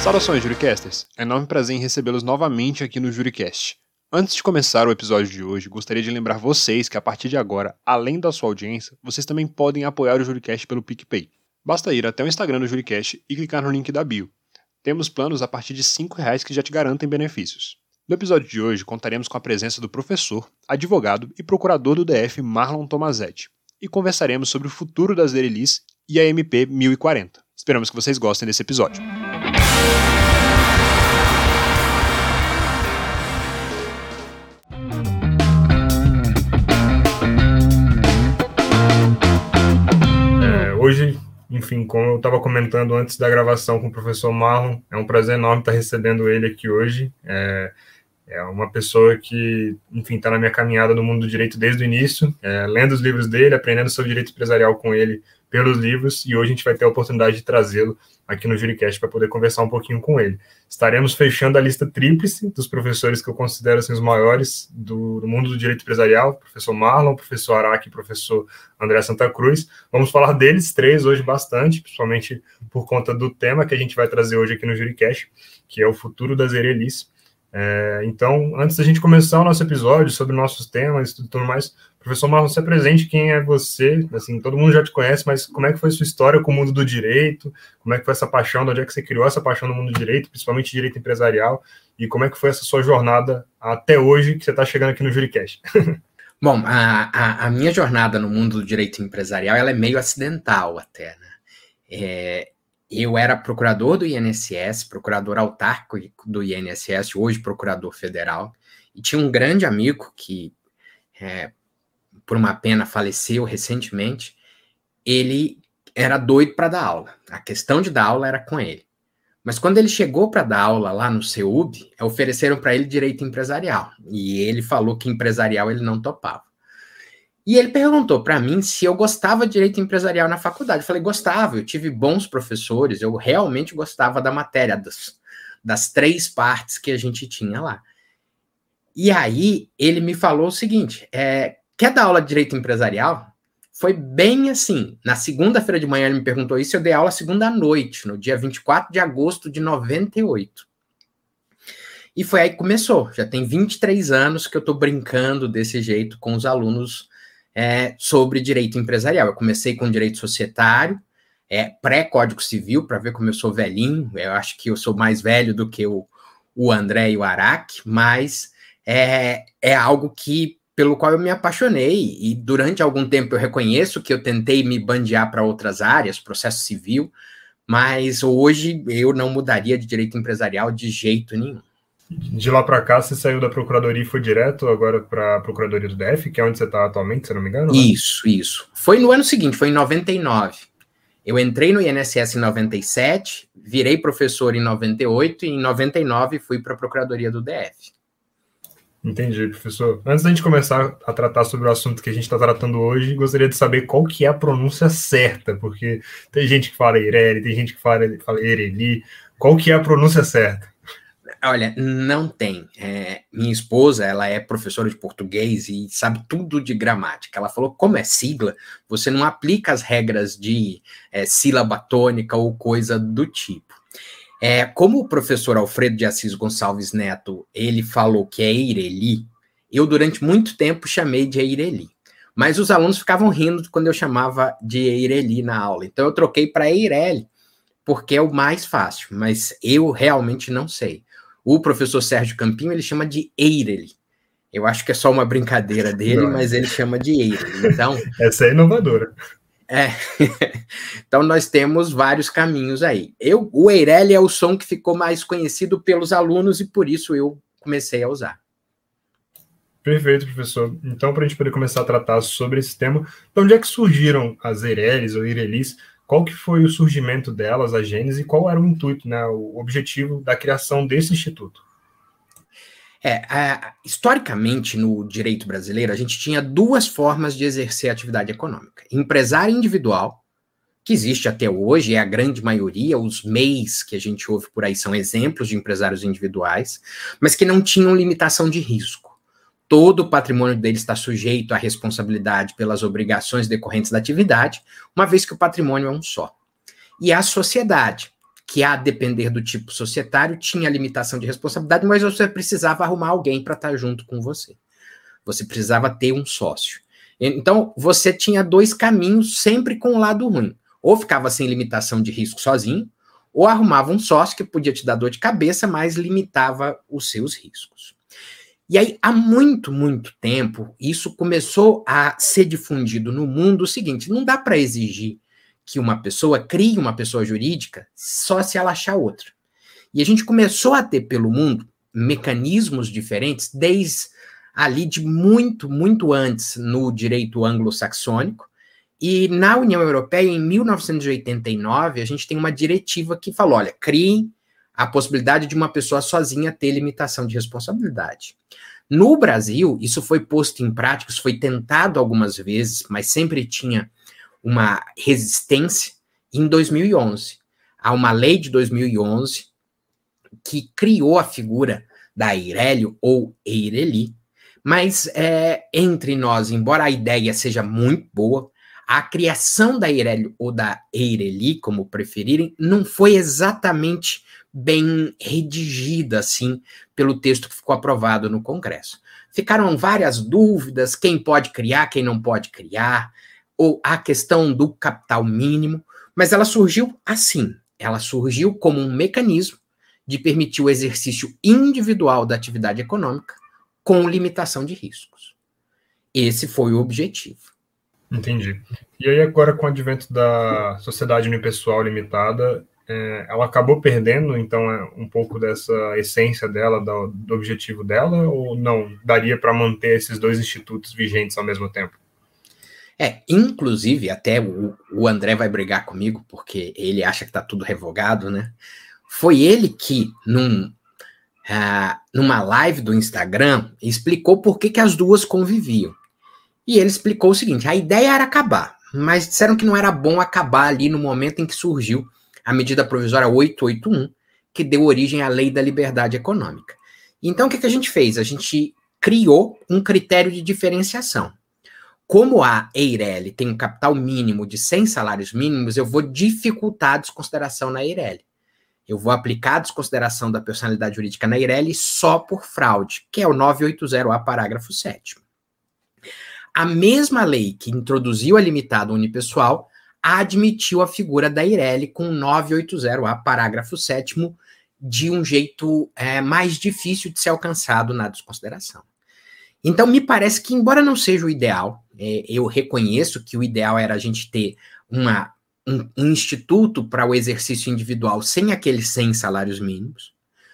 Saudações, Juricasters! É um enorme prazer em recebê-los novamente aqui no Juricast. Antes de começar o episódio de hoje, gostaria de lembrar vocês que a partir de agora, além da sua audiência, vocês também podem apoiar o Juricast pelo PicPay. Basta ir até o Instagram do Juricast e clicar no link da bio. Temos planos a partir de R$5 que já te garantem benefícios. No episódio de hoje, contaremos com a presença do professor, advogado e procurador do DF Marlon Tomazetti, e conversaremos sobre o futuro das Erelis e a MP 1040. Esperamos que vocês gostem desse episódio. Hoje, enfim, como eu estava comentando antes da gravação com o professor Marlon, é um prazer enorme estar recebendo ele aqui hoje. É uma pessoa que, enfim, está na minha caminhada no mundo do direito desde o início, lendo os livros dele, aprendendo sobre direito empresarial com ele pelos livros, e hoje a gente vai ter a oportunidade de trazê-lo aqui no Juricast para poder conversar um pouquinho com ele. Estaremos fechando a lista tríplice dos professores que eu considero assim, os maiores do mundo do direito empresarial, professor Marlon, professor Araque e professor André Santa Cruz. Vamos falar deles três hoje bastante, principalmente por conta do tema que a gente vai trazer hoje aqui no Juricast, que é o futuro das Erelis. Então, antes da gente começar o nosso episódio sobre nossos temas e tudo mais, professor Marlon, se apresente, quem é você? Assim, todo mundo já te conhece, mas como é que foi sua história com o mundo do direito? Como é que foi essa paixão? De onde é que você criou essa paixão no mundo do direito, principalmente direito empresarial? E como é que foi essa sua jornada até hoje que você está chegando aqui no Juricast? Bom, a minha jornada no mundo do direito empresarial ela é meio acidental até, né? Eu era procurador do INSS, procurador autárquico do INSS, hoje procurador federal, e tinha um grande amigo que, por uma pena, faleceu recentemente. Ele era doido para dar aula. A questão de dar aula era com ele. Mas quando ele chegou para dar aula lá no CEUB, ofereceram para ele direito empresarial, e ele falou que empresarial ele não topava. E ele perguntou para mim se eu gostava de direito empresarial na faculdade. Eu falei, gostava, eu tive bons professores, eu realmente gostava da matéria, das três partes que a gente tinha lá. E aí ele me falou o seguinte, quer dar aula de direito empresarial? Foi bem assim, na segunda-feira de manhã ele me perguntou isso, eu dei aula segunda à noite, no dia 24 de agosto de 98. E foi aí que começou, já tem 23 anos que eu estou brincando desse jeito com os alunos sobre direito empresarial. Eu comecei com direito societário, pré-código civil, para ver como eu sou velhinho. Eu acho que eu sou mais velho do que o André e o Araque, mas é algo pelo qual eu me apaixonei, e durante algum tempo eu reconheço que eu tentei me bandear para outras áreas, processo civil, mas hoje eu não mudaria de direito empresarial de jeito nenhum. De lá para cá, você saiu da Procuradoria e foi direto agora para a Procuradoria do DF, que é onde você está atualmente, se não me engano? Né? Isso. Foi no ano seguinte, foi em 99. Eu entrei no INSS em 97, virei professor em 98 e em 99 fui para a Procuradoria do DF. Entendi, professor. Antes da gente começar a tratar sobre o assunto que a gente está tratando hoje, gostaria de saber qual que é a pronúncia certa, porque tem gente que fala Eireli, tem gente que fala Ereli. Qual que é a pronúncia certa? Olha, não tem. Minha esposa, ela é professora de português e sabe tudo de gramática. Ela falou, como é sigla, você não aplica as regras de sílaba tônica ou coisa do tipo. Como o professor Alfredo de Assis Gonçalves Neto, ele falou que é Eireli, eu durante muito tempo chamei de Eireli. Mas os alunos ficavam rindo quando eu chamava de Eireli na aula. Então eu troquei para Eireli, porque é o mais fácil, mas eu realmente não sei. O professor Sérgio Campinho, ele chama de Eireli. Eu acho que é só uma brincadeira dele, não, mas ele chama de Eireli. Então, essa é inovadora. Então, nós temos vários caminhos aí. O Eireli é o som que ficou mais conhecido pelos alunos e por isso eu comecei a usar. Perfeito, professor. Então, para a gente poder começar a tratar sobre esse tema, de onde é que surgiram as Eirelis ou Eirelis? Qual que foi o surgimento delas, a gênese, e qual era o intuito, né, o objetivo da criação desse instituto? Historicamente, no direito brasileiro, a gente tinha duas formas de exercer a atividade econômica. Empresário individual, que existe até hoje, é a grande maioria, os MEIs que a gente ouve por aí são exemplos de empresários individuais, mas que não tinham limitação de risco. Todo o patrimônio dele está sujeito à responsabilidade pelas obrigações decorrentes da atividade, uma vez que o patrimônio é um só. E a sociedade, que, a depender do tipo societário, tinha limitação de responsabilidade, mas você precisava arrumar alguém para estar junto com você. Você precisava ter um sócio. Então, você tinha dois caminhos, sempre com o lado ruim. Ou ficava sem limitação de risco sozinho, ou arrumava um sócio que podia te dar dor de cabeça, mas limitava os seus riscos. E aí, há muito, muito tempo, isso começou a ser difundido no mundo o seguinte: não dá para exigir que uma pessoa crie uma pessoa jurídica só se ela achar outra. E a gente começou a ter pelo mundo mecanismos diferentes, desde ali de muito, muito antes no direito anglo-saxônico, e na União Europeia, em 1989, a gente tem uma diretiva que falou, olha, criem a possibilidade de uma pessoa sozinha ter limitação de responsabilidade. No Brasil, isso foi posto em prática, isso foi tentado algumas vezes, mas sempre tinha uma resistência em 2011. Há uma lei de 2011 que criou a figura da Eireli ou Eireli, mas entre nós, embora a ideia seja muito boa, a criação da Eireli ou da Eireli, como preferirem, não foi exatamente bem redigida assim pelo texto que ficou aprovado no Congresso. Ficaram várias dúvidas, quem pode criar, quem não pode criar, ou a questão do capital mínimo, mas ela surgiu assim, ela surgiu como um mecanismo de permitir o exercício individual da atividade econômica com limitação de riscos. Esse foi o objetivo. Entendi. E aí agora, com o advento da sociedade unipessoal limitada, ela acabou perdendo, então, um pouco dessa essência dela, do objetivo dela, ou não? Daria para manter esses dois institutos vigentes ao mesmo tempo? Inclusive, até o André vai brigar comigo, porque ele acha que está tudo revogado, né? Foi ele que, numa live do Instagram, explicou por que as duas conviviam. E ele explicou o seguinte, a ideia era acabar, mas disseram que não era bom acabar ali no momento em que surgiu a medida provisória 881, que deu origem à Lei da Liberdade Econômica. Então, o que a gente fez? A gente criou um critério de diferenciação. Como a Eireli tem um capital mínimo de 100 salários mínimos, eu vou dificultar a desconsideração na Eireli. Eu vou aplicar a desconsideração da personalidade jurídica na Eireli só por fraude, que é o 980A, parágrafo 7º. A mesma lei que introduziu a limitada unipessoal admitiu a figura da Eireli com 980A, parágrafo 7º, de um jeito mais difícil de ser alcançado na desconsideração. Então, me parece que, embora não seja o ideal, eu reconheço que o ideal era a gente ter um instituto para o exercício individual sem aqueles 100 salários mínimos.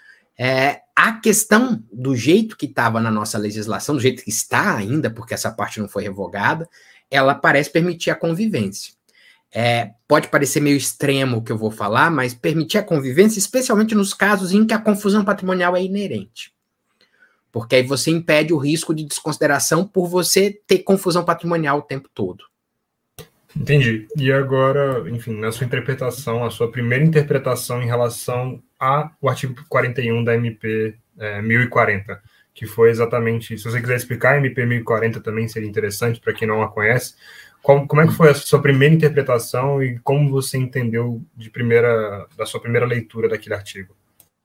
A questão do jeito que estava na nossa legislação, do jeito que está ainda, porque essa parte não foi revogada, ela parece permitir a convivência. Pode parecer meio extremo o que eu vou falar, mas permitir a convivência, especialmente nos casos em que a confusão patrimonial é inerente. Porque aí você impede o risco de desconsideração por você ter confusão patrimonial o tempo todo. Entendi. E agora, enfim, na sua interpretação, a sua primeira interpretação em relação ao artigo 41 da MP 1040, que foi exatamente, se você quiser explicar a MP 1040 também seria interessante para quem não a conhece, como é que foi a sua primeira interpretação e como você entendeu da sua primeira leitura daquele artigo?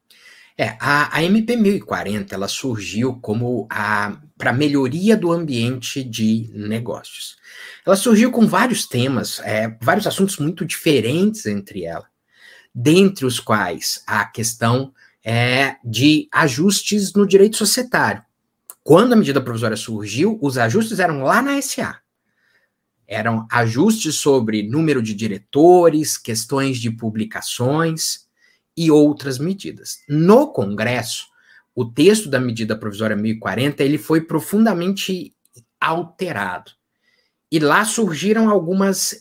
A MP 1040 ela surgiu como para melhoria do ambiente de negócios. Ela surgiu com vários temas, vários assuntos muito diferentes entre ela, dentre os quais a questão de ajustes no direito societário. Quando a medida provisória surgiu, os ajustes eram lá na SA. Eram ajustes sobre número de diretores, questões de publicações e outras medidas. No Congresso, o texto da medida provisória 1040 ele foi profundamente alterado. E lá surgiram algumas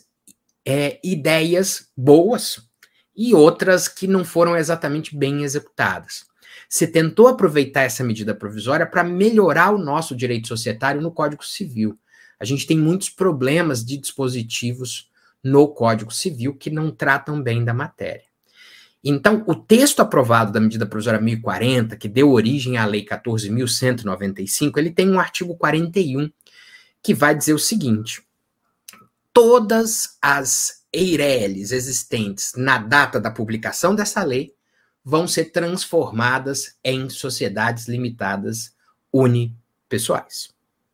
ideias boas e outras que não foram exatamente bem executadas. Se tentou aproveitar essa medida provisória para melhorar o nosso direito societário no Código Civil. A gente tem muitos problemas de dispositivos no Código Civil que não tratam bem da matéria. Então, o texto aprovado da medida provisória 1040, que deu origem à Lei 14.195, ele tem um artigo 41 que vai dizer o seguinte: todas as EIRELs existentes na data da publicação dessa lei vão ser transformadas em sociedades limitadas unipessoais.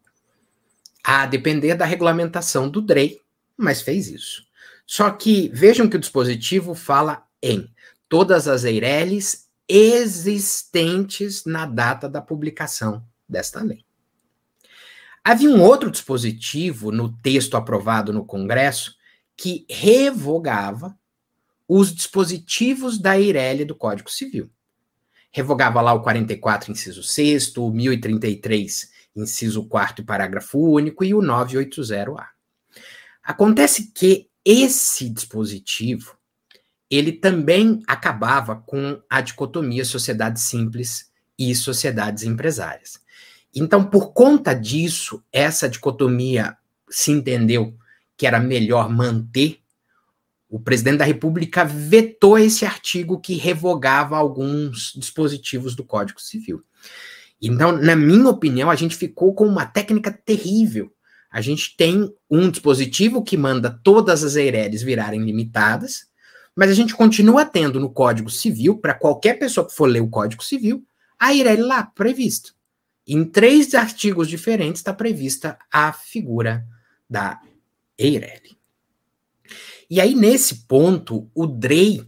A depender da regulamentação do DREI, mas fez isso. Só que vejam que o dispositivo fala em todas as EIRELs existentes na data da publicação desta lei. Havia um outro dispositivo no texto aprovado no Congresso que revogava os dispositivos da EIRELI do Código Civil. Revogava lá o 44, inciso 6º, o 1033, inciso 4º e parágrafo único, e o 980-A. Acontece que esse dispositivo, ele também acabava com a dicotomia sociedades simples e sociedades empresárias. Então, por conta disso, essa dicotomia se entendeu que era melhor manter. O presidente da República vetou esse artigo que revogava alguns dispositivos do Código Civil. Então, na minha opinião, a gente ficou com uma técnica terrível. A gente tem um dispositivo que manda todas as EIRELs virarem limitadas, mas a gente continua tendo no Código Civil, para qualquer pessoa que for ler o Código Civil, a EIRELi lá prevista. Em 3 artigos diferentes está prevista a figura da EIRELi. E aí, nesse ponto, o DREI,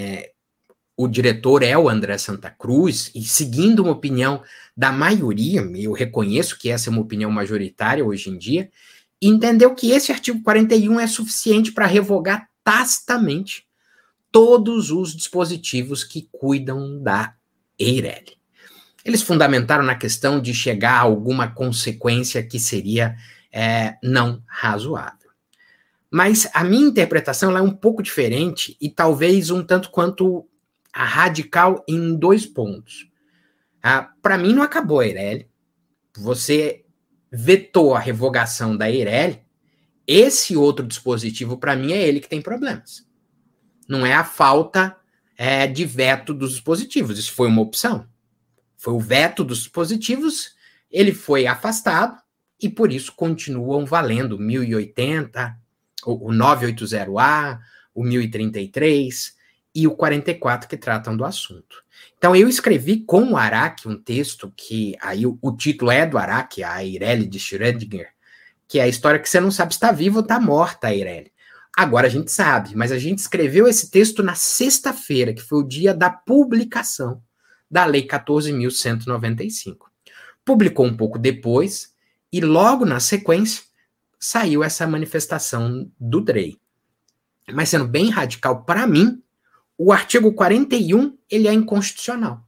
o diretor é o André Santa Cruz, e seguindo uma opinião da maioria, eu reconheço que essa é uma opinião majoritária hoje em dia, entendeu que esse artigo 41 é suficiente para revogar tacitamente todos os dispositivos que cuidam da EIRELi. Eles fundamentaram na questão de chegar a alguma consequência que seria não razoável. Mas a minha interpretação ela é um pouco diferente e talvez um tanto quanto radical em 2 pontos. Para mim não acabou a EIRELi. Você vetou a revogação da EIRELi. Esse outro dispositivo, para mim, é ele que tem problemas. Não é a falta de veto dos dispositivos. Isso foi uma opção. Foi o veto dos dispositivos, ele foi afastado e por isso continuam valendo o 1080, o 980-A, o 1033 e o 44 que tratam do assunto. Então eu escrevi com o Araque um texto que aí o título é do Araque, a EIRELi de Schrödinger, que é a história que você não sabe se está viva ou está morta a EIRELi. Agora a gente sabe, mas a gente escreveu esse texto na sexta-feira, que foi o dia da publicação da Lei 14.195. Publicou um pouco depois e logo na sequência saiu essa manifestação do DREI. Mas sendo bem radical, para mim, o artigo 41 ele é inconstitucional.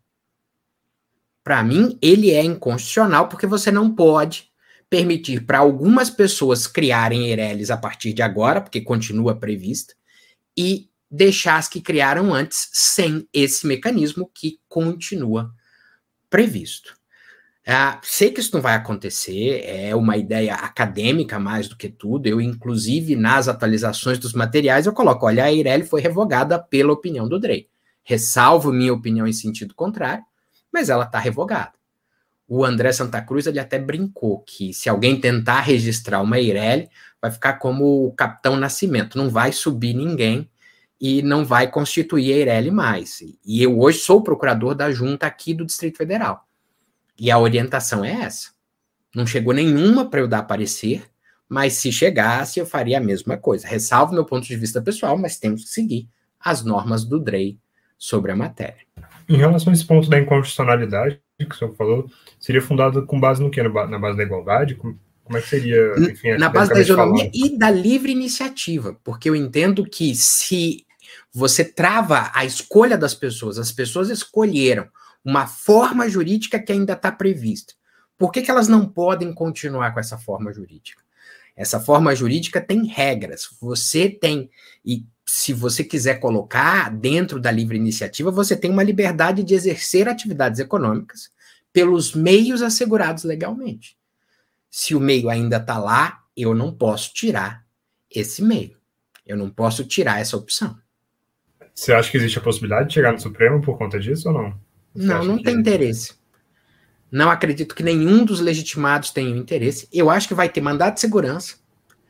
Para mim, ele é inconstitucional porque você não pode permitir para algumas pessoas criarem EIRELs a partir de agora, porque continua prevista, e deixar as que criaram antes sem esse mecanismo que continua previsto. Sei que isso não vai acontecer, é uma ideia acadêmica mais do que tudo. Eu, inclusive, nas atualizações dos materiais, eu coloco, olha, a EIRELi foi revogada pela opinião do DREI. Ressalvo minha opinião em sentido contrário, mas ela está revogada. O André Santa Cruz, ele até brincou que se alguém tentar registrar uma EIRELi, vai ficar como o Capitão Nascimento, não vai subir ninguém e não vai constituir a EIRELi mais. E eu hoje sou procurador da junta aqui do Distrito Federal. E a orientação é essa. Não chegou nenhuma para eu dar parecer, mas se chegasse eu faria a mesma coisa. Ressalvo meu ponto de vista pessoal, mas temos que seguir as normas do DREI sobre a matéria. Em relação a esse ponto da inconstitucionalidade que o senhor falou, seria fundado com base no quê? Na base da igualdade? Como é que seria? Enfim, na base da isonomia e da livre iniciativa, porque eu entendo que se você trava a escolha das pessoas, as pessoas escolheram uma forma jurídica que ainda está prevista. Por que elas não podem continuar com essa forma jurídica? Essa forma jurídica tem regras. Você tem, e se você quiser colocar dentro da livre iniciativa, você tem uma liberdade de exercer atividades econômicas pelos meios assegurados legalmente. Se o meio ainda está lá, eu não posso tirar esse meio. Eu não posso tirar essa opção. Você acha que existe a possibilidade de chegar no Supremo por conta disso ou não? Não tem interesse. Não acredito que nenhum dos legitimados tenha interesse. Eu acho que vai ter mandado de segurança.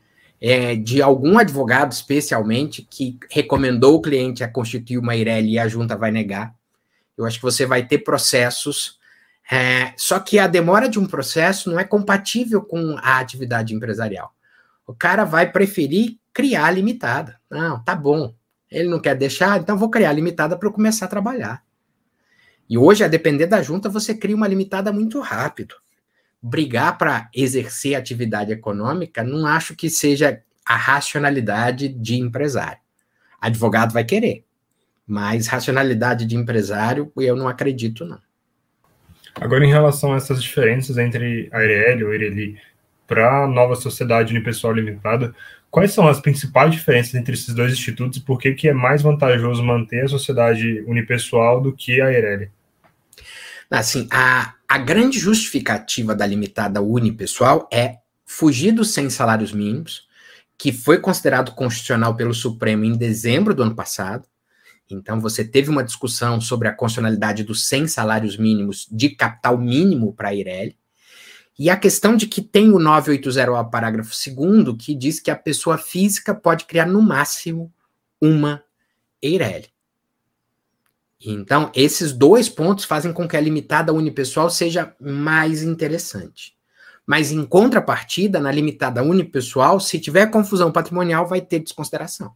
de algum advogado, especialmente, que recomendou o cliente a constituir uma EIRELI e a junta vai negar. Eu acho que você vai ter processos, só que a demora de um processo não é compatível com a atividade empresarial. O cara vai preferir criar a limitada. Não, tá bom. Ele não quer deixar, então vou criar a limitada para eu começar a trabalhar. E hoje, a depender da junta, você cria uma limitada muito rápido. Brigar para exercer atividade econômica, não acho que seja a racionalidade de empresário. Advogado vai querer, mas racionalidade de empresário, eu não acredito, não. Agora, em relação a essas diferenças entre a EIRELI ou EIRELI para a nova sociedade unipessoal limitada, quais são as principais diferenças entre esses dois institutos e por que é mais vantajoso manter a sociedade unipessoal do que a EIRELI? Assim, a grande justificativa da limitada unipessoal é fugir dos 100 salários mínimos, que foi considerado constitucional pelo Supremo em dezembro do ano passado. Então, você teve uma discussão sobre a constitucionalidade dos 100 salários mínimos de capital mínimo para a EIRELI. E a questão de que tem o 980A, parágrafo 2º, que diz que a pessoa física pode criar no máximo uma EIRELI. Então, esses dois pontos fazem com que a limitada unipessoal seja mais interessante. Mas, em contrapartida, na limitada unipessoal, se tiver confusão patrimonial, vai ter desconsideração.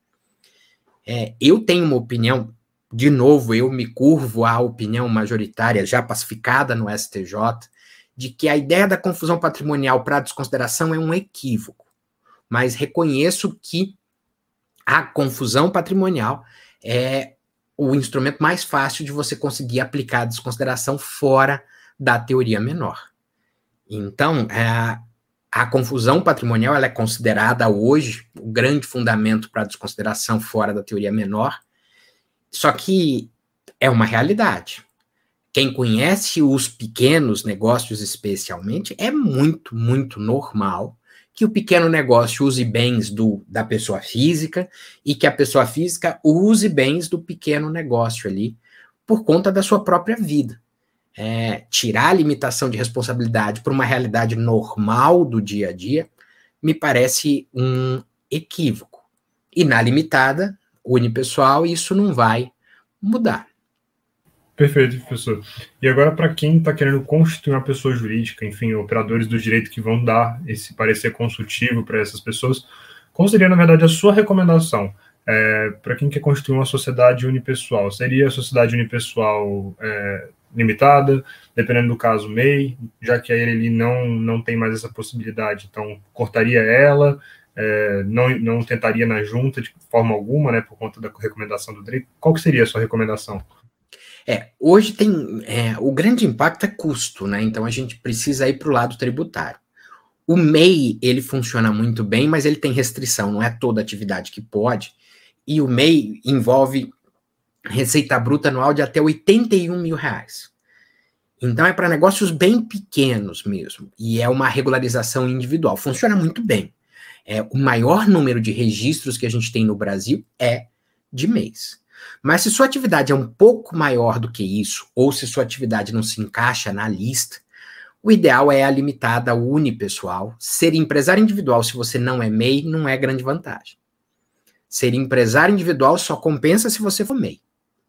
Eu tenho uma opinião, de novo, eu me curvo à opinião majoritária, já pacificada no STJ, de que a ideia da confusão patrimonial para desconsideração é um equívoco. Mas reconheço que a confusão patrimonial é o instrumento mais fácil de você conseguir aplicar a desconsideração fora da teoria menor. Então, a confusão patrimonial ela é considerada hoje o grande fundamento para a desconsideração fora da teoria menor, só que é uma realidade. Quem conhece os pequenos negócios especialmente, é muito, muito normal que o pequeno negócio use bens da pessoa física e que a pessoa física use bens do pequeno negócio ali por conta da sua própria vida. Tirar a limitação de responsabilidade para uma realidade normal do dia a dia me parece um equívoco. E na limitada, unipessoal, isso não vai mudar. Perfeito, professor. E agora, para quem está querendo constituir uma pessoa jurídica, enfim, operadores do direito que vão dar esse parecer consultivo para essas pessoas, qual seria, na verdade, a sua recomendação para quem quer constituir uma sociedade unipessoal? Seria a sociedade unipessoal limitada, dependendo do caso MEI, já que a EIRELI não tem mais essa possibilidade, então cortaria ela, não tentaria na junta de forma alguma, né, por conta da recomendação do direito? Qual que seria a sua recomendação? Hoje tem o grande impacto é custo, né? Então a gente precisa ir para o lado tributário. O MEI, ele funciona muito bem, mas ele tem restrição, não é toda atividade que pode, e o MEI envolve receita bruta anual de até R$81 mil. Então é para negócios bem pequenos mesmo, e é uma regularização individual, funciona muito bem. O maior número de registros que a gente tem no Brasil é de MEIs. Mas se sua atividade é um pouco maior do que isso, ou se sua atividade não se encaixa na lista, o ideal é a limitada unipessoal. Ser empresário individual, se você não é MEI, não é grande vantagem. Ser empresário individual só compensa se você for MEI.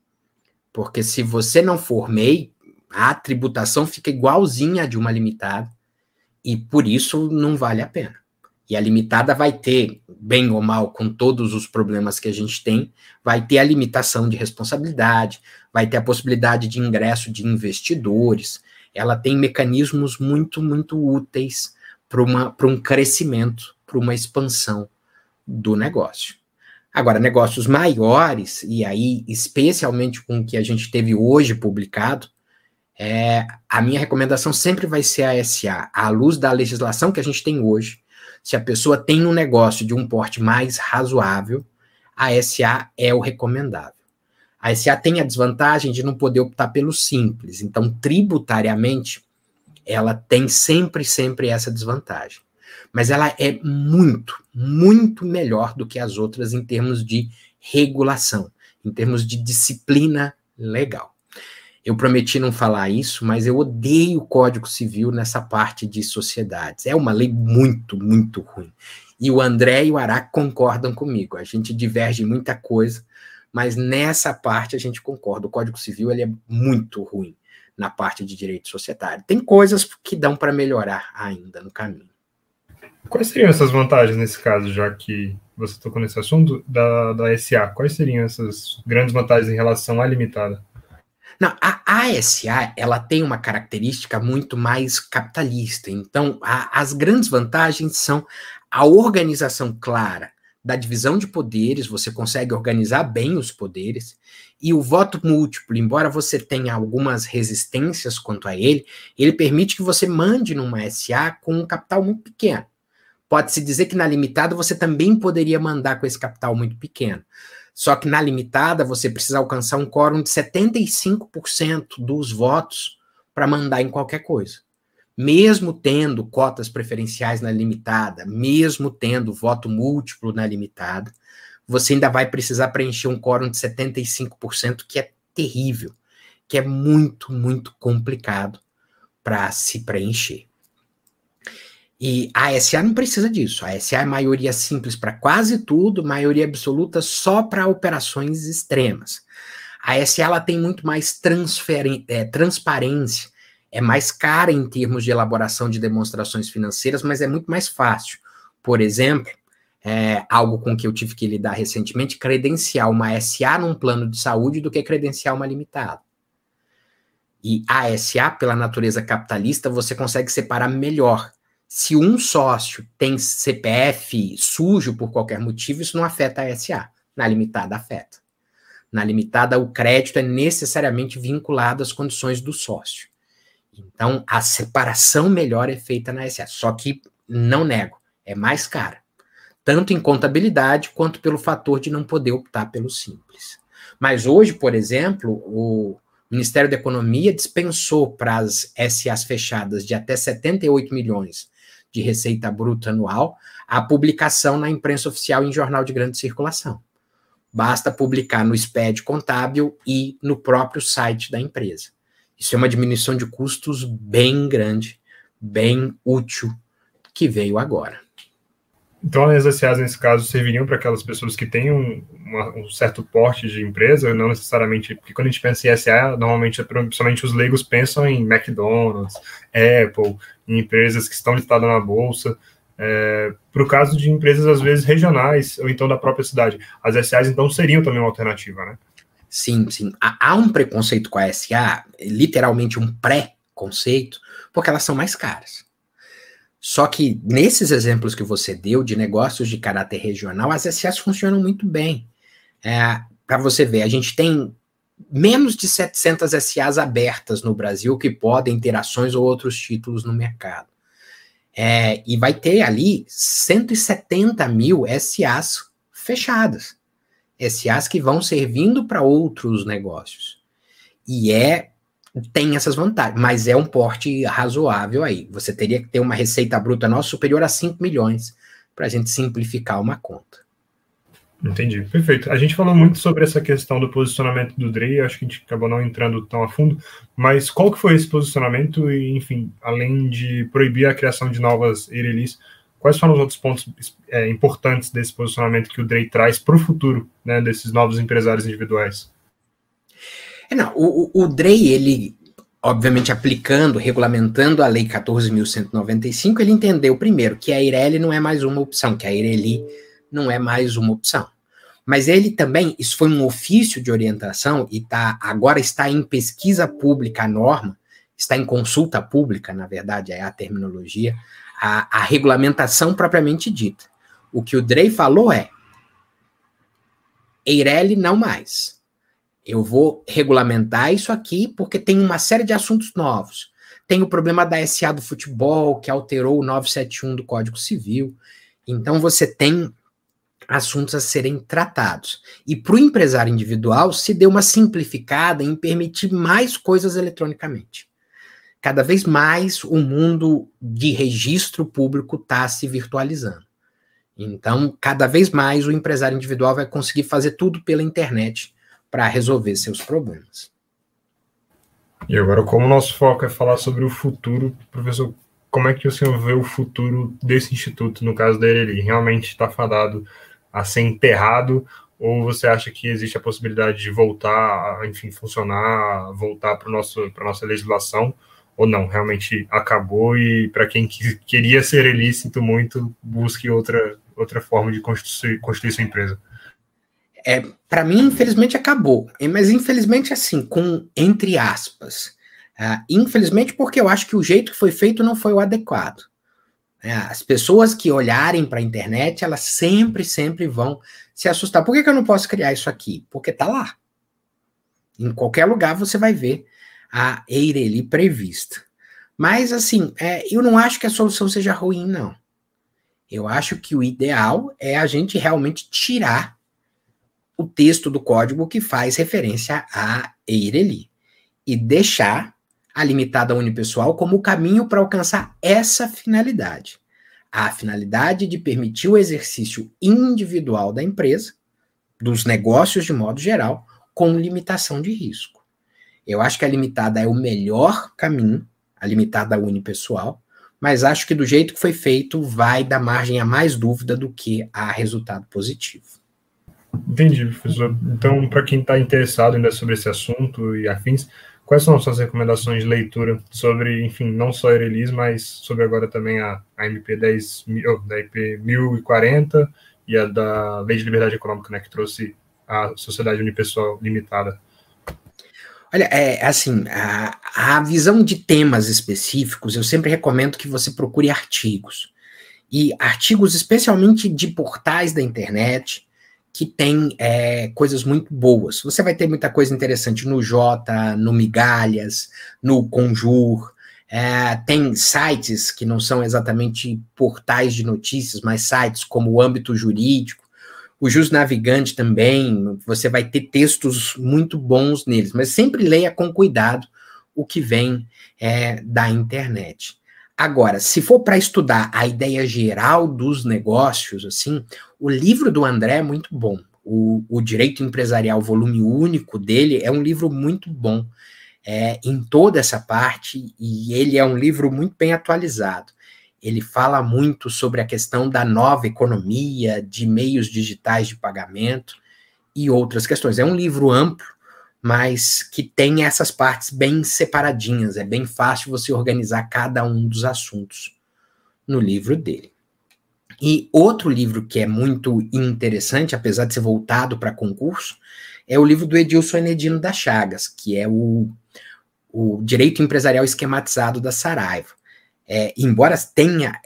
Porque se você não for MEI, a tributação fica igualzinha a de uma limitada, e por isso não vale a pena. E a limitada vai ter, bem ou mal, com todos os problemas que a gente tem, vai ter a limitação de responsabilidade, vai ter a possibilidade de ingresso de investidores, ela tem mecanismos muito, muito úteis para um crescimento, para uma expansão do negócio. Agora, negócios maiores, e aí especialmente com o que a gente teve hoje publicado, a minha recomendação sempre vai ser a SA, à luz da legislação que a gente tem hoje. Se a pessoa tem um negócio de um porte mais razoável, a SA é o recomendável. A SA tem a desvantagem de não poder optar pelo simples, então, tributariamente, ela tem sempre essa desvantagem. Mas ela é muito, muito melhor do que as outras em termos de regulação, em termos de disciplina legal. Eu prometi não falar isso, mas eu odeio o Código Civil nessa parte de sociedades. É uma lei muito, muito ruim. E o André e o Araque concordam comigo. A gente diverge em muita coisa, mas nessa parte a gente concorda. O Código Civil ele é muito ruim na parte de direito societário. Tem coisas que dão para melhorar ainda no caminho. Quais seriam essas vantagens nesse caso, já que você tocou nesse assunto da SA? Quais seriam essas grandes vantagens em relação à limitada? Não, a SA, ela tem uma característica muito mais capitalista. Então, as grandes vantagens são a organização clara da divisão de poderes, você consegue organizar bem os poderes, e o voto múltiplo, embora você tenha algumas resistências quanto a ele permite que você mande numa SA com um capital muito pequeno. Pode-se dizer que na limitada você também poderia mandar com esse capital muito pequeno. Só que na limitada você precisa alcançar um quórum de 75% dos votos para mandar em qualquer coisa. Mesmo tendo cotas preferenciais na limitada, mesmo tendo voto múltiplo na limitada, você ainda vai precisar preencher um quórum de 75%, que é terrível, que é muito, muito complicado para se preencher. E a SA não precisa disso. A SA é maioria simples para quase tudo, maioria absoluta só para operações extremas. A SA ela tem muito mais transparência, é mais cara em termos de elaboração de demonstrações financeiras, mas é muito mais fácil. Por exemplo, algo com que eu tive que lidar recentemente, credenciar uma SA num plano de saúde do que credenciar uma limitada. E a SA, pela natureza capitalista, você consegue separar melhor. Se um sócio tem CPF sujo por qualquer motivo, isso não afeta a SA. Na limitada, afeta. Na limitada, o crédito é necessariamente vinculado às condições do sócio. Então, a separação melhor é feita na SA. Só que, não nego, é mais cara. Tanto em contabilidade, quanto pelo fator de não poder optar pelo simples. Mas hoje, por exemplo, o Ministério da Economia dispensou para as SAs fechadas de até 78 milhões de receita bruta anual a publicação na imprensa oficial em jornal de grande circulação. Basta publicar no SPED contábil e no próprio site da empresa. Isso é uma diminuição de custos bem grande, bem útil, que veio agora. Então, as SAs, nesse caso, serviriam para aquelas pessoas que têm um certo porte de empresa, não necessariamente, porque quando a gente pensa em SA, normalmente, principalmente os leigos pensam em McDonald's, Apple, em empresas que estão listadas na Bolsa. Para o caso de empresas, às vezes, regionais, ou então da própria cidade, as SAs, então, seriam também uma alternativa, né? Sim, sim. Há um preconceito com a SA, literalmente um pré-conceito, porque elas são mais caras. Só que nesses exemplos que você deu de negócios de caráter regional, as SAs funcionam muito bem. Para você ver, a gente tem menos de 700 SAs abertas no Brasil que podem ter ações ou outros títulos no mercado. E vai ter ali 170 mil SAs fechadas. SAs que vão servindo para outros negócios. E tem essas vantagens, mas é um porte razoável aí. Você teria que ter uma receita bruta nossa superior a 5 milhões para a gente simplificar uma conta. Entendi, perfeito. A gente falou muito sobre essa questão do posicionamento do DREI, acho que a gente acabou não entrando tão a fundo, mas qual que foi esse posicionamento e, enfim, além de proibir a criação de novas EIRELIs, quais foram os outros pontos importantes desse posicionamento que o DREI traz para o futuro, né, desses novos empresários individuais? O DREI, ele, obviamente, aplicando, regulamentando a Lei 14.195, ele entendeu, primeiro, que a EIRELI não é mais uma opção, que a EIRELI não é mais uma opção. Mas ele também, isso foi um ofício de orientação e agora está em pesquisa pública a norma, está em consulta pública, na verdade, é a terminologia, a regulamentação propriamente dita. O que o DREI falou EIRELI não mais. Eu vou regulamentar isso aqui porque tem uma série de assuntos novos. Tem o problema da SA do futebol, que alterou o 971 do Código Civil. Então, você tem assuntos a serem tratados. E para o empresário individual, se deu uma simplificada em permitir mais coisas eletronicamente. Cada vez mais o mundo de registro público está se virtualizando. Então, cada vez mais o empresário individual vai conseguir fazer tudo pela internet para resolver seus problemas. E agora, como o nosso foco é falar sobre o futuro, professor, como é que o senhor vê o futuro desse instituto, no caso dele? Ele realmente está fadado a ser enterrado, ou você acha que existe a possibilidade de voltar a, enfim, funcionar, voltar para a nossa legislação, ou não, realmente acabou e para quem queria ser ele, sinto muito, busque outra forma de constituir sua empresa? Para mim, infelizmente, acabou. Mas, infelizmente, assim, com entre aspas. Infelizmente, porque eu acho que o jeito que foi feito não foi o adequado. As pessoas que olharem para a internet, elas sempre vão se assustar. Por que eu não posso criar isso aqui? Porque está lá. Em qualquer lugar você vai ver a Eireli prevista. Mas, assim, eu não acho que a solução seja ruim, não. Eu acho que o ideal é a gente realmente tirar o texto do código que faz referência a Eireli e deixar a limitada unipessoal como o caminho para alcançar essa finalidade. A finalidade de permitir o exercício individual da empresa, dos negócios de modo geral, com limitação de risco. Eu acho que a limitada é o melhor caminho, a limitada unipessoal, mas acho que do jeito que foi feito vai dar margem a mais dúvida do que a resultado positivo. Entendi, professor. Então, para quem está interessado ainda sobre esse assunto e afins, quais são as suas recomendações de leitura sobre, enfim, não só Eireli, mas sobre agora também a MP 10, da IP 1040 e a da Lei de Liberdade Econômica, né, que trouxe a Sociedade Unipessoal Limitada? Olha, assim, a visão de temas específicos, eu sempre recomendo que você procure artigos. E artigos especialmente de portais da internet, que tem coisas muito boas. Você vai ter muita coisa interessante no Jota, no Migalhas, no Conjur. Tem sites que não são exatamente portais de notícias, mas sites como o Âmbito Jurídico. O Jus Navigante também, você vai ter textos muito bons neles, mas sempre leia com cuidado o que vem da internet. Agora, se for para estudar a ideia geral dos negócios, assim, o livro do André é muito bom. O Direito Empresarial, volume único dele, é um livro muito bom em toda essa parte, e ele é um livro muito bem atualizado. Ele fala muito sobre a questão da nova economia, de meios digitais de pagamento e outras questões. É um livro amplo, mas que tem essas partes bem separadinhas. É bem fácil você organizar cada um dos assuntos no livro dele. E outro livro que é muito interessante, apesar de ser voltado para concurso, é o livro do Edilson Enedino das Chagas, que é o Direito Empresarial Esquematizado da Saraiva. Embora tenha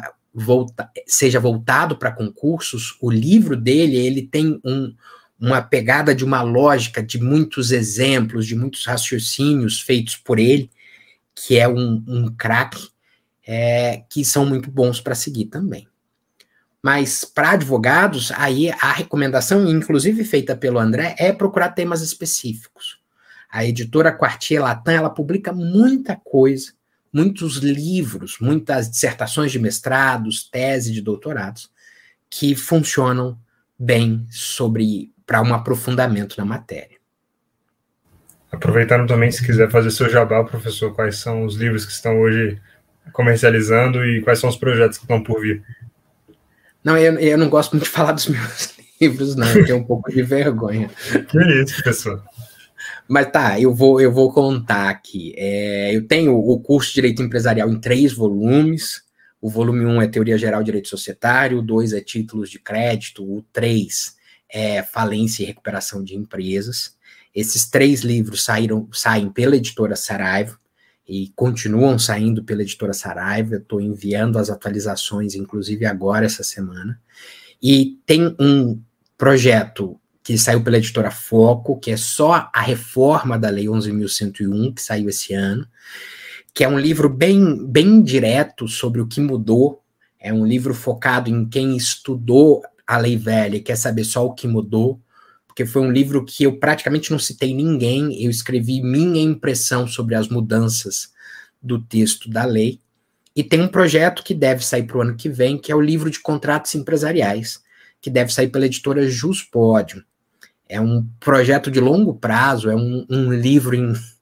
seja voltado para concursos, o livro dele ele tem uma pegada de uma lógica de muitos exemplos, de muitos raciocínios feitos por ele, que é um craque, que são muito bons para seguir também. Mas para advogados, aí a recomendação, inclusive feita pelo André, é procurar temas específicos. A editora Quartier Latam, ela publica muita coisa, muitos livros, muitas dissertações de mestrados, tese de doutorados, que funcionam bem para um aprofundamento na matéria. Aproveitando também, se quiser fazer seu jabá, professor, quais são os livros que estão hoje comercializando e quais são os projetos que estão por vir? Não, eu não gosto muito de falar dos meus livros, não, eu tenho um pouco de vergonha. Que é isso, professor? Mas tá, eu vou contar aqui. Eu tenho o curso de Direito Empresarial em 3 volumes. O volume 1 é Teoria Geral de Direito Societário, o 2 é Títulos de Crédito, o 3 é Falência e Recuperação de Empresas. Esses 3 livros saem pela editora Saraiva e continuam saindo pela editora Saraiva. Eu estou enviando as atualizações, inclusive agora, essa semana. E tem um projeto que saiu pela editora Foco, que é só a reforma da Lei 11.101, que saiu esse ano, que é um livro bem direto sobre o que mudou. É um livro focado em quem estudou a lei velha e quer saber só o que mudou, porque foi um livro que eu praticamente não citei ninguém, eu escrevi minha impressão sobre as mudanças do texto da lei. E tem um projeto que deve sair para o ano que vem, que é o livro de contratos empresariais, que deve sair pela editora Juspódio. É um projeto de longo prazo, é um livro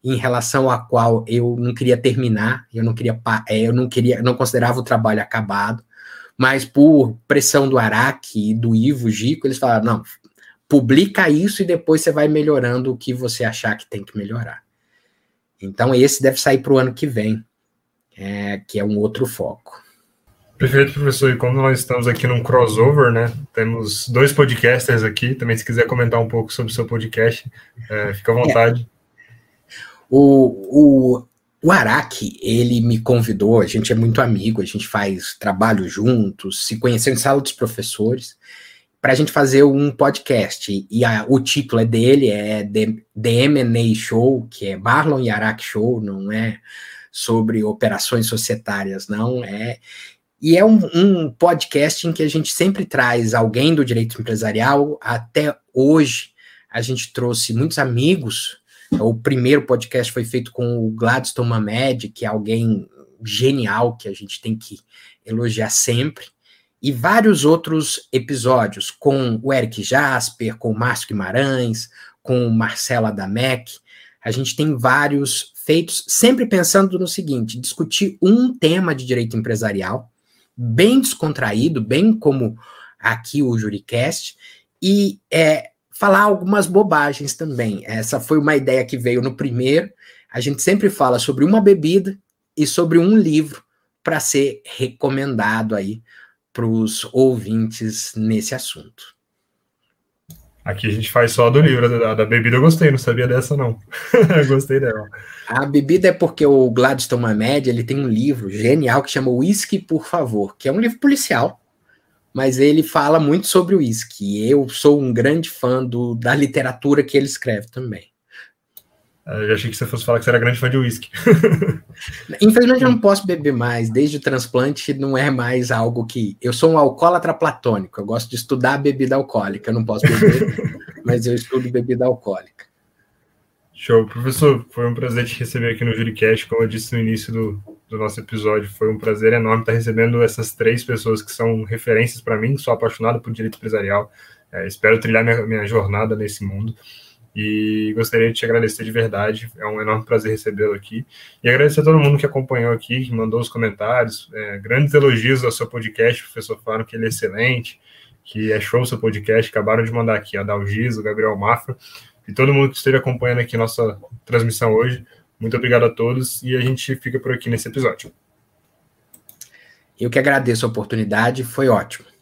em relação à qual eu não queria terminar, eu não considerava o trabalho acabado, mas por pressão do Araque e do Ivo Gico, eles falaram, não, publica isso e depois você vai melhorando o que você achar que tem que melhorar. Então esse deve sair para o ano que vem, que é um outro foco. Perfeito, professor. E como nós estamos aqui num crossover, né? Temos 2 podcasters aqui. Também, se quiser comentar um pouco sobre o seu podcast, fica à vontade. O Araque, ele me convidou, a gente é muito amigo, a gente faz trabalho juntos, se conheceu em sala dos professores, para a gente fazer um podcast. E o título é dele, é The M&A Show, que é Marlon e Araque Show, não é sobre operações societárias, não é. E é um podcast em que a gente sempre traz alguém do direito empresarial. Até hoje, a gente trouxe muitos amigos. O primeiro podcast foi feito com o Gladstone Mamed, que é alguém genial, que a gente tem que elogiar sempre. E vários outros episódios com o Eric Jasper, com o Márcio Guimarães, com o Marcelo Adamec. A gente tem vários feitos, sempre pensando no seguinte, discutir um tema de direito empresarial, bem descontraído, bem como aqui o Juricast, e falar algumas bobagens também. Essa foi uma ideia que veio no primeiro. A gente sempre fala sobre uma bebida e sobre um livro para ser recomendado aí para os ouvintes nesse assunto. Aqui a gente faz só do livro, da bebida eu gostei, não sabia dessa não. Gostei dela. A bebida é porque o Gladstone Mamed, ele tem um livro genial que chama Whisky, por Favor, que é um livro policial, mas ele fala muito sobre o whisky. Eu sou um grande fã da literatura que ele escreve também. Eu já achei que você fosse falar que você era grande fã de whisky. Infelizmente eu não posso beber mais, desde o transplante não é mais algo que... Eu sou um alcoólatra platônico, eu gosto de estudar bebida alcoólica, eu não posso beber, mas eu estudo bebida alcoólica. Show. Professor, foi um prazer te receber aqui no Juricast, como eu disse no início do nosso episódio, foi um prazer enorme estar recebendo essas 3 pessoas que são referências para mim, sou apaixonado por direito empresarial, espero trilhar minha jornada nesse mundo. E gostaria de te agradecer de verdade, é um enorme prazer recebê-lo aqui, e agradecer a todo mundo que acompanhou aqui, que mandou os comentários, grandes elogios ao seu podcast, o professor falaram que ele é excelente, que é show o seu podcast, acabaram de mandar aqui a Dalgis, o Gabriel Mafra, e todo mundo que esteve acompanhando aqui nossa transmissão hoje, muito obrigado a todos, e a gente fica por aqui nesse episódio. Eu que agradeço a oportunidade, foi ótimo.